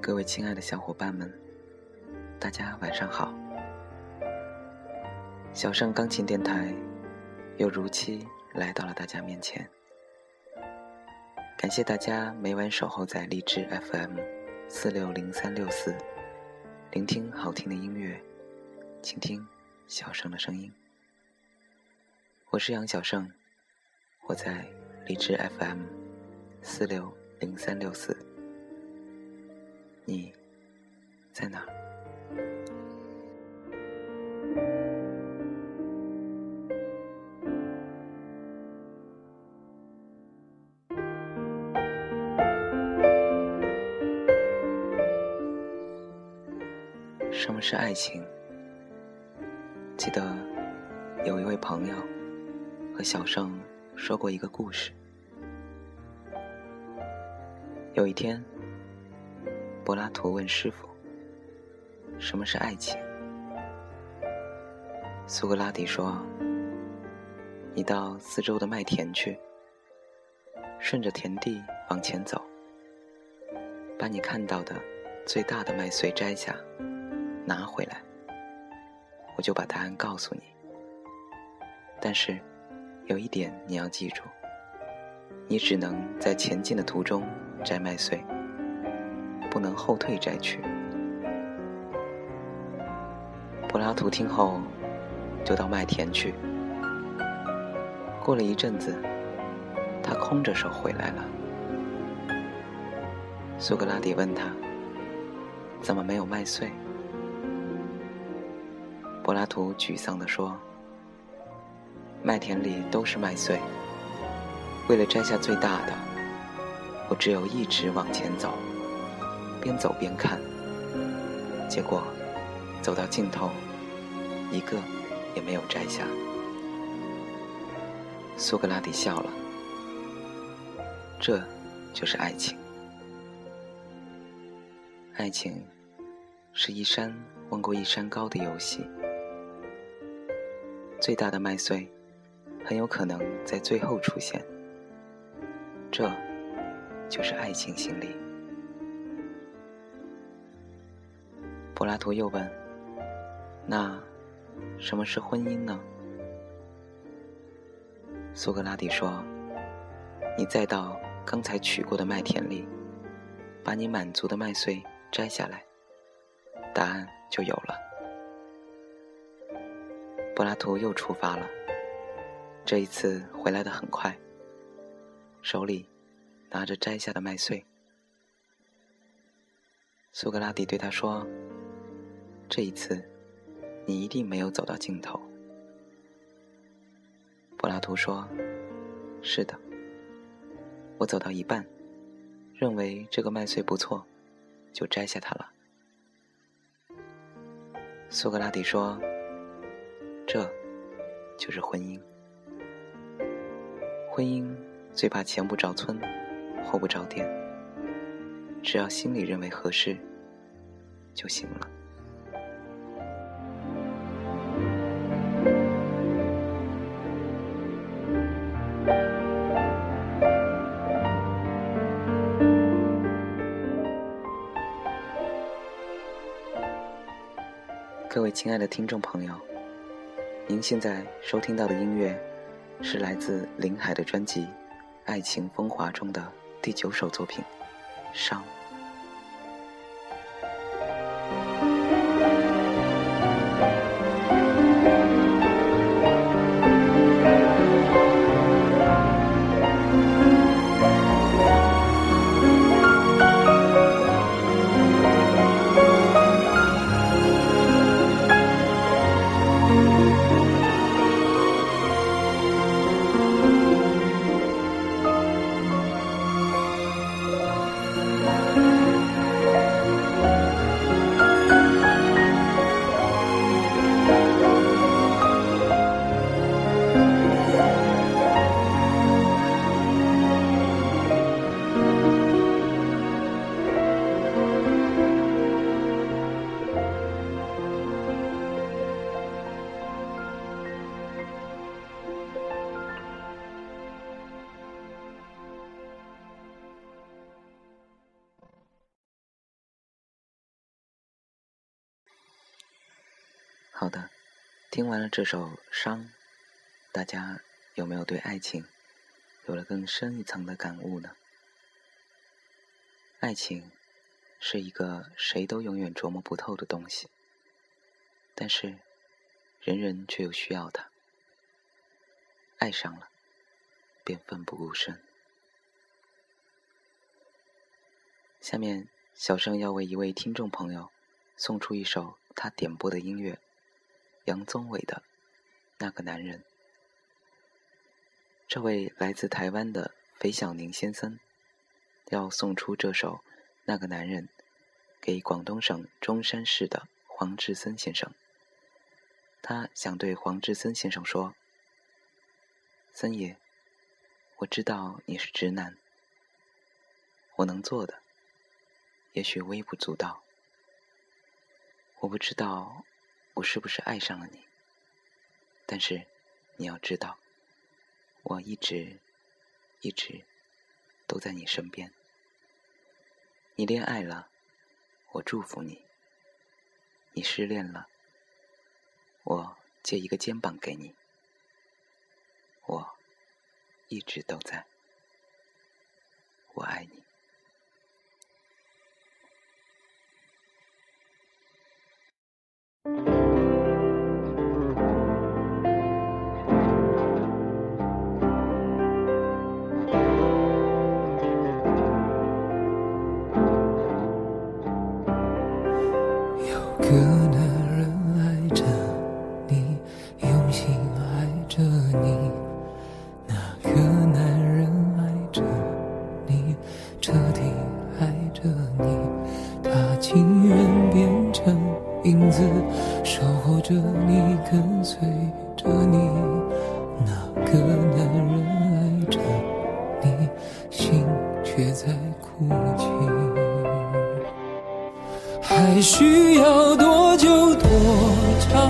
各位亲爱的小伙伴们，大家晚上好。小盛钢琴电台又如期来到了大家面前，感谢大家每晚守候在荔枝 FM460-364，聆听好听的音乐，倾听小盛的声音。我是杨小盛，我在荔枝 FM460-364，你在哪儿？什么是爱情？记得有一位朋友和小盛说过一个故事。有一天，柏拉图问师傅，什么是爱情？苏格拉底说，你到四周的麦田去，顺着田地往前走，把你看到的最大的麦穗摘下，拿回来，我就把答案告诉你。但是有一点你要记住，你只能在前进的途中摘麦穗，不能后退摘去。柏拉图听后就到麦田去，过了一阵子，他空着手回来了。苏格拉底问他，怎么没有麦穗？柏拉图沮丧地说，麦田里都是麦穗，为了摘下最大的，我只有一直往前走，边走边看，结果走到尽头，一个也没有摘下。苏格拉底笑了，这就是爱情。爱情是一山问过一山高的游戏，最大的麦穗很有可能在最后出现，这就是爱情心理。柏拉图又问，那什么是婚姻呢？苏格拉底说，你再到刚才取过的麦田里，把你满足的麦穗摘下来，答案就有了。柏拉图又出发了，这一次回来得很快，手里拿着摘下的麦穗。苏格拉底对他说，这一次你一定没有走到尽头。柏拉图说，是的，我走到一半，认为这个麦穗不错，就摘下它了。苏格拉底说，这就是婚姻。婚姻最怕前不着村后不着店，只要心里认为合适就行了。各位亲爱的听众朋友，您现在收听到的音乐是来自林海的专辑《爱情风华》中的第9首作品《伤》。 好的，听完了这首《伤》，大家有没有对爱情有了更深一层的感悟呢？爱情是一个谁都永远琢磨不透的东西，但是人人却又需要它。爱上了，便奋不顾身。下面小盛要为一位听众朋友送出一首他点播的音乐，杨宗纬的《那个男人》。这位来自台湾的肥小宁先生要送出这首《那个男人》给广东省中山市的黄志森先生。他想对黄志森先生说：森爷，我知道你是直男，我能做的也许微不足道。我不知道我是不是爱上了你，但是你要知道，我一直都在你身边。你恋爱了，我祝福你；你失恋了，我借一个肩膀给你。我一直都在，我爱你。 有个男人爱着你，用心爱着你，那个男人爱着你，彻底爱着你，他情愿变成影子，守候着你，跟随着你，那个男人爱着你，心却在哭泣。还需要多久多长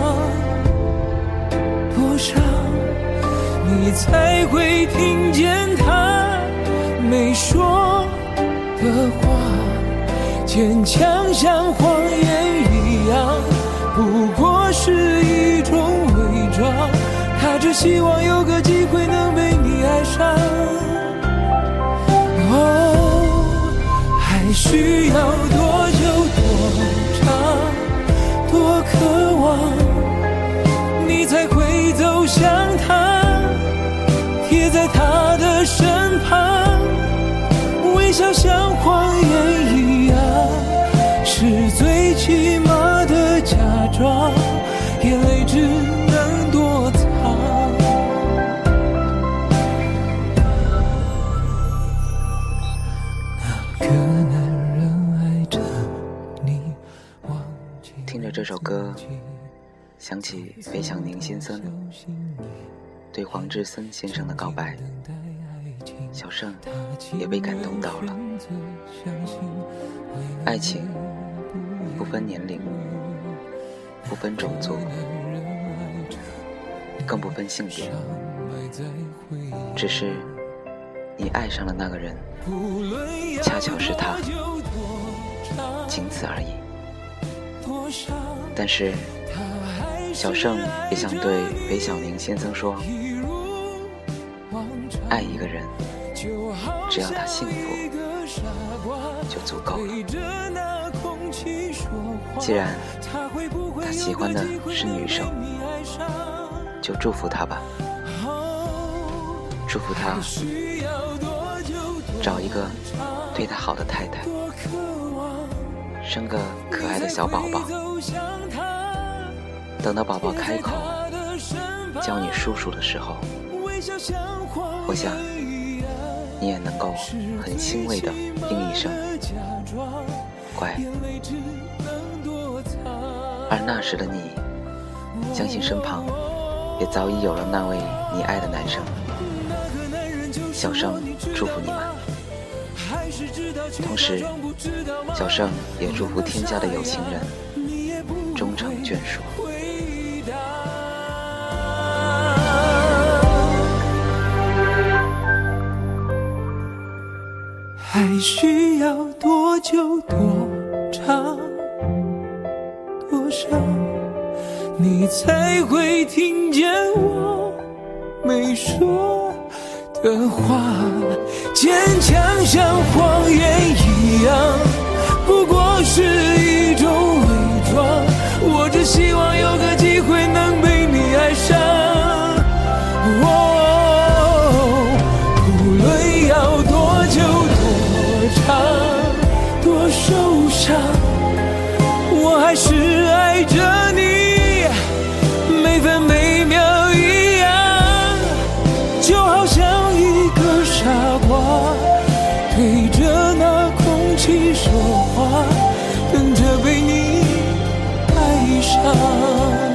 多少，你才会听见他没说的话？坚强像谎言一样，不过是一种伪装，他只希望有个机会能被你爱上。还需要多久多长多渴望，你才会走向他，贴在他的身旁，微笑像谎言一样，是最起码的假装，眼泪只能躲藏。 听着这首歌，想起肥小宁先生对黄志森先生的告白，小盛也被感动到了。爱情不分年龄，不分种族，更不分性别，只是你爱上了那个人，恰巧是他，仅此而已。但是小盛也想对肥小宁先生说，爱一个人，只要他幸福就足够了。既然他喜欢的是女生，就祝福他吧，祝福他找一个对他好的太太，生个可爱的小宝宝，等到宝宝开口叫你叔叔的时候，我想你也能够很欣慰地应一声乖。而那时的你，相信身旁也早已有了那位你爱的男生。小盛祝福你们，同时小盛也祝福天下的有情人终成眷属。 还需要多久多长多少，你你才会听见我没说的话。坚强像谎言一样，不过是一种伪装。我只希望有个机会能被你爱上。无论要多久多长多受伤，我还是爱着你，每分每秒一样，就好像一个傻瓜对着那空气说话，等着被你爱上。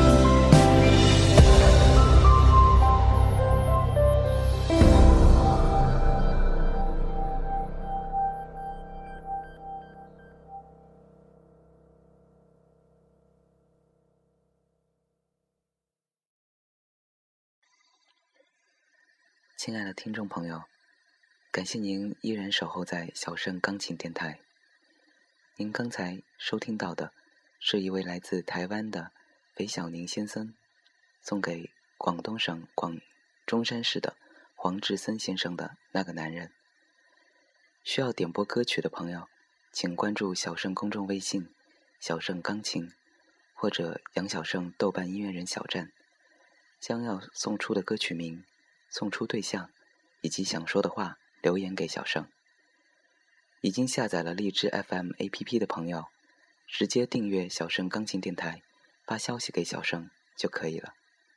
亲爱的听众朋友，感谢您依然守候在小盛钢琴电台。您刚才收听到的是一位来自台湾的韦小宁先生送给广东省广中山市的黄志森先生的那个男人。需要点播歌曲的朋友，请关注小盛公众微信小盛钢琴，或者杨小盛豆瓣音乐人小站，将要送出的歌曲名、送出对象以及想说的话留言给小盛。已经下载了荔枝 FM APP 的朋友，直接订阅小盛钢琴电台，发消息给小盛就可以了。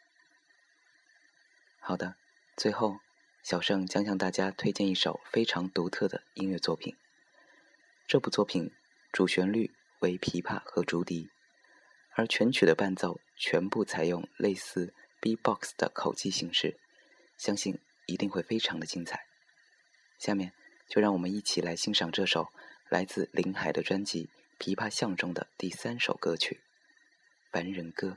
好的，最后小盛将向大家推荐一首非常独特的音乐作品。这部作品主旋律为琵琶和竹笛，而全曲的伴奏全部采用类似 B-box 的口技形式，相信一定会非常的精彩。下面就让我们一起来欣赏这首来自林海的专辑《琵琶巷》中的第3首歌曲《凡人歌》。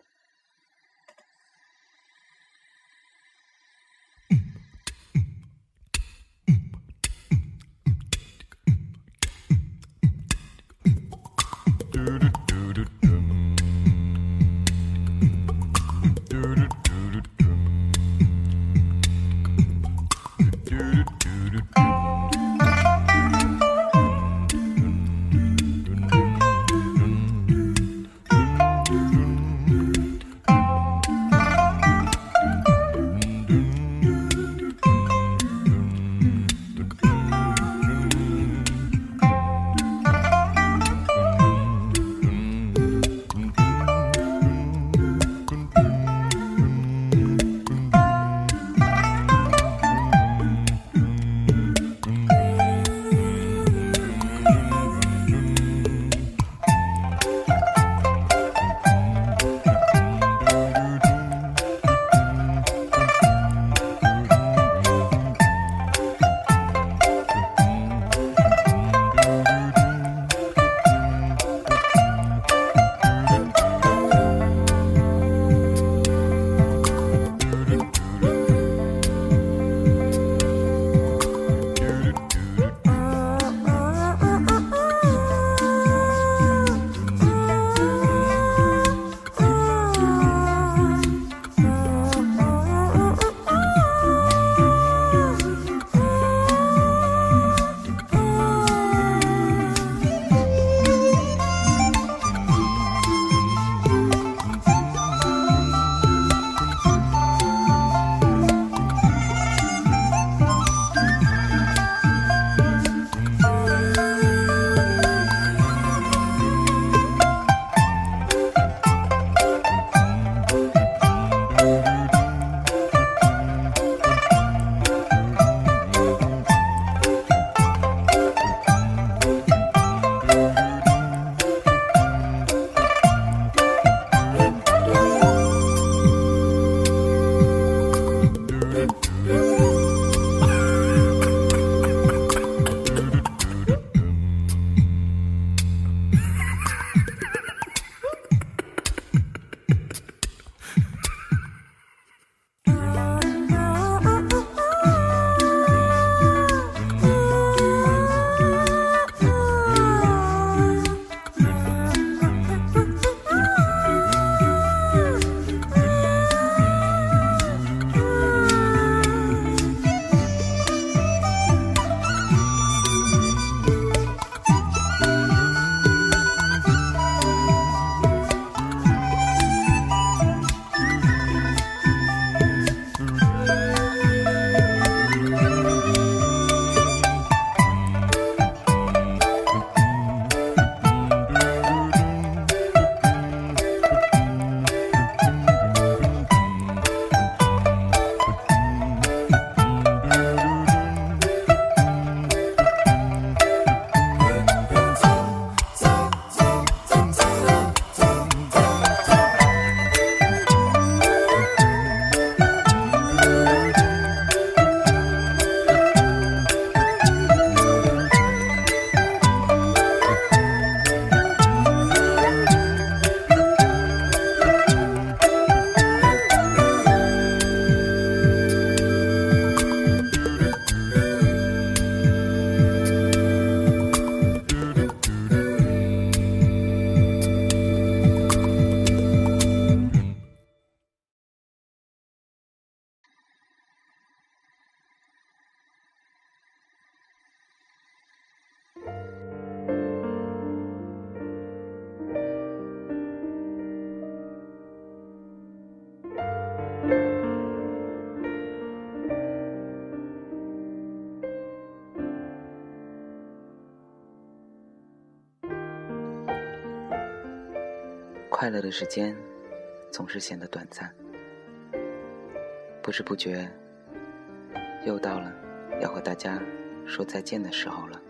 快乐的时间总是显得短暂，不知不觉又到了要和大家说再见的时候了。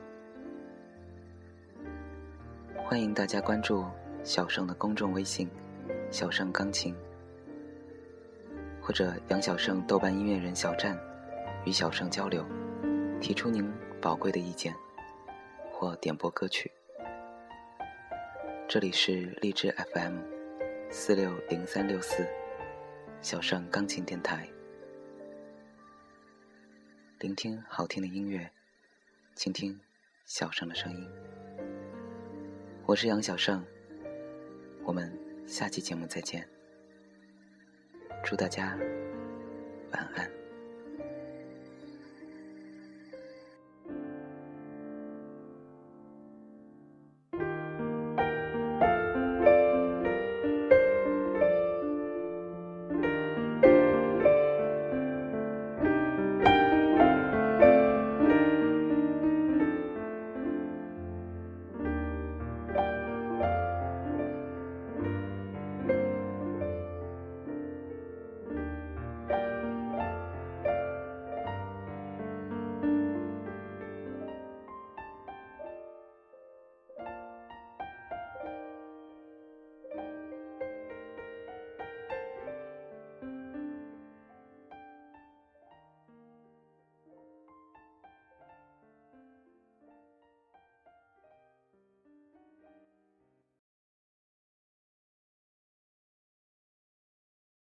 欢迎大家关注小盛的公众微信小盛钢琴，或者杨小盛豆瓣音乐人小站与小盛交流，提出您宝贵的意见或点播歌曲。这里是荔枝 FM 460364小盛钢琴电台，聆听好听的音乐，倾听小盛的声音。我是杨小盛，我们下期节目再见，祝大家晚安。